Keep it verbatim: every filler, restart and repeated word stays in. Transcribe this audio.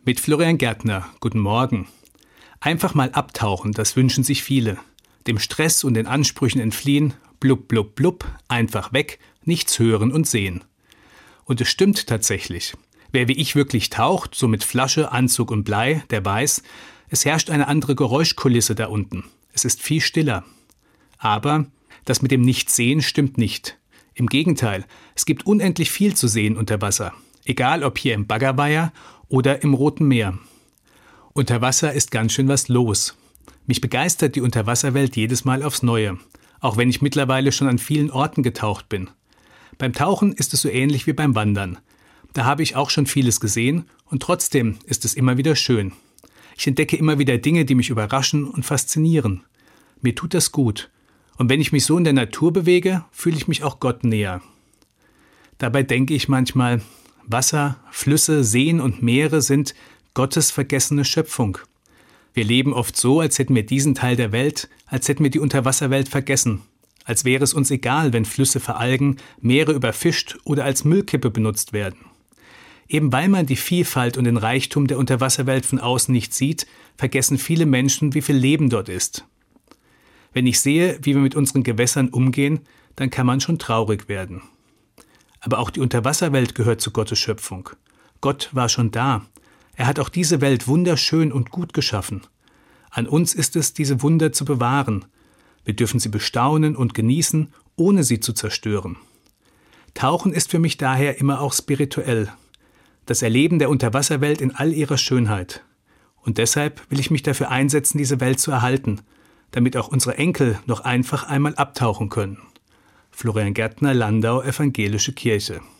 Mit Florian Gärtner, guten Morgen. Einfach mal abtauchen, das wünschen sich viele. Dem Stress und den Ansprüchen entfliehen, blub, blub, blub, einfach weg, nichts hören und sehen. Und es stimmt tatsächlich. Wer wie ich wirklich taucht, so mit Flasche, Anzug und Blei, der weiß, es herrscht eine andere Geräuschkulisse da unten. Es ist viel stiller. Aber das mit dem Nichtsehen stimmt nicht. Im Gegenteil, es gibt unendlich viel zu sehen unter Wasser. Egal ob hier im Baggerweiher oder im Roten Meer. Unter Wasser ist ganz schön was los. Mich begeistert die Unterwasserwelt jedes Mal aufs Neue, auch wenn ich mittlerweile schon an vielen Orten getaucht bin. Beim Tauchen ist es so ähnlich wie beim Wandern. Da habe ich auch schon vieles gesehen und trotzdem ist es immer wieder schön. Ich entdecke immer wieder Dinge, die mich überraschen und faszinieren. Mir tut das gut. Und wenn ich mich so in der Natur bewege, fühle ich mich auch Gott näher. Dabei denke ich manchmal, Wasser, Flüsse, Seen und Meere sind Gottes vergessene Schöpfung. Wir leben oft so, als hätten wir diesen Teil der Welt, als hätten wir die Unterwasserwelt vergessen. Als wäre es uns egal, wenn Flüsse veralgen, Meere überfischt oder als Müllkippe benutzt werden. Eben weil man die Vielfalt und den Reichtum der Unterwasserwelt von außen nicht sieht, vergessen viele Menschen, wie viel Leben dort ist. Wenn ich sehe, wie wir mit unseren Gewässern umgehen, dann kann man schon traurig werden. Aber auch die Unterwasserwelt gehört zu Gottes Schöpfung. Gott war schon da. Er hat auch diese Welt wunderschön und gut geschaffen. An uns ist es, diese Wunder zu bewahren. Wir dürfen sie bestaunen und genießen, ohne sie zu zerstören. Tauchen ist für mich daher immer auch spirituell. Das Erleben der Unterwasserwelt in all ihrer Schönheit. Und deshalb will ich mich dafür einsetzen, diese Welt zu erhalten, damit auch unsere Enkel noch einfach einmal abtauchen können. Florian Gärtner, Landau, Evangelische Kirche.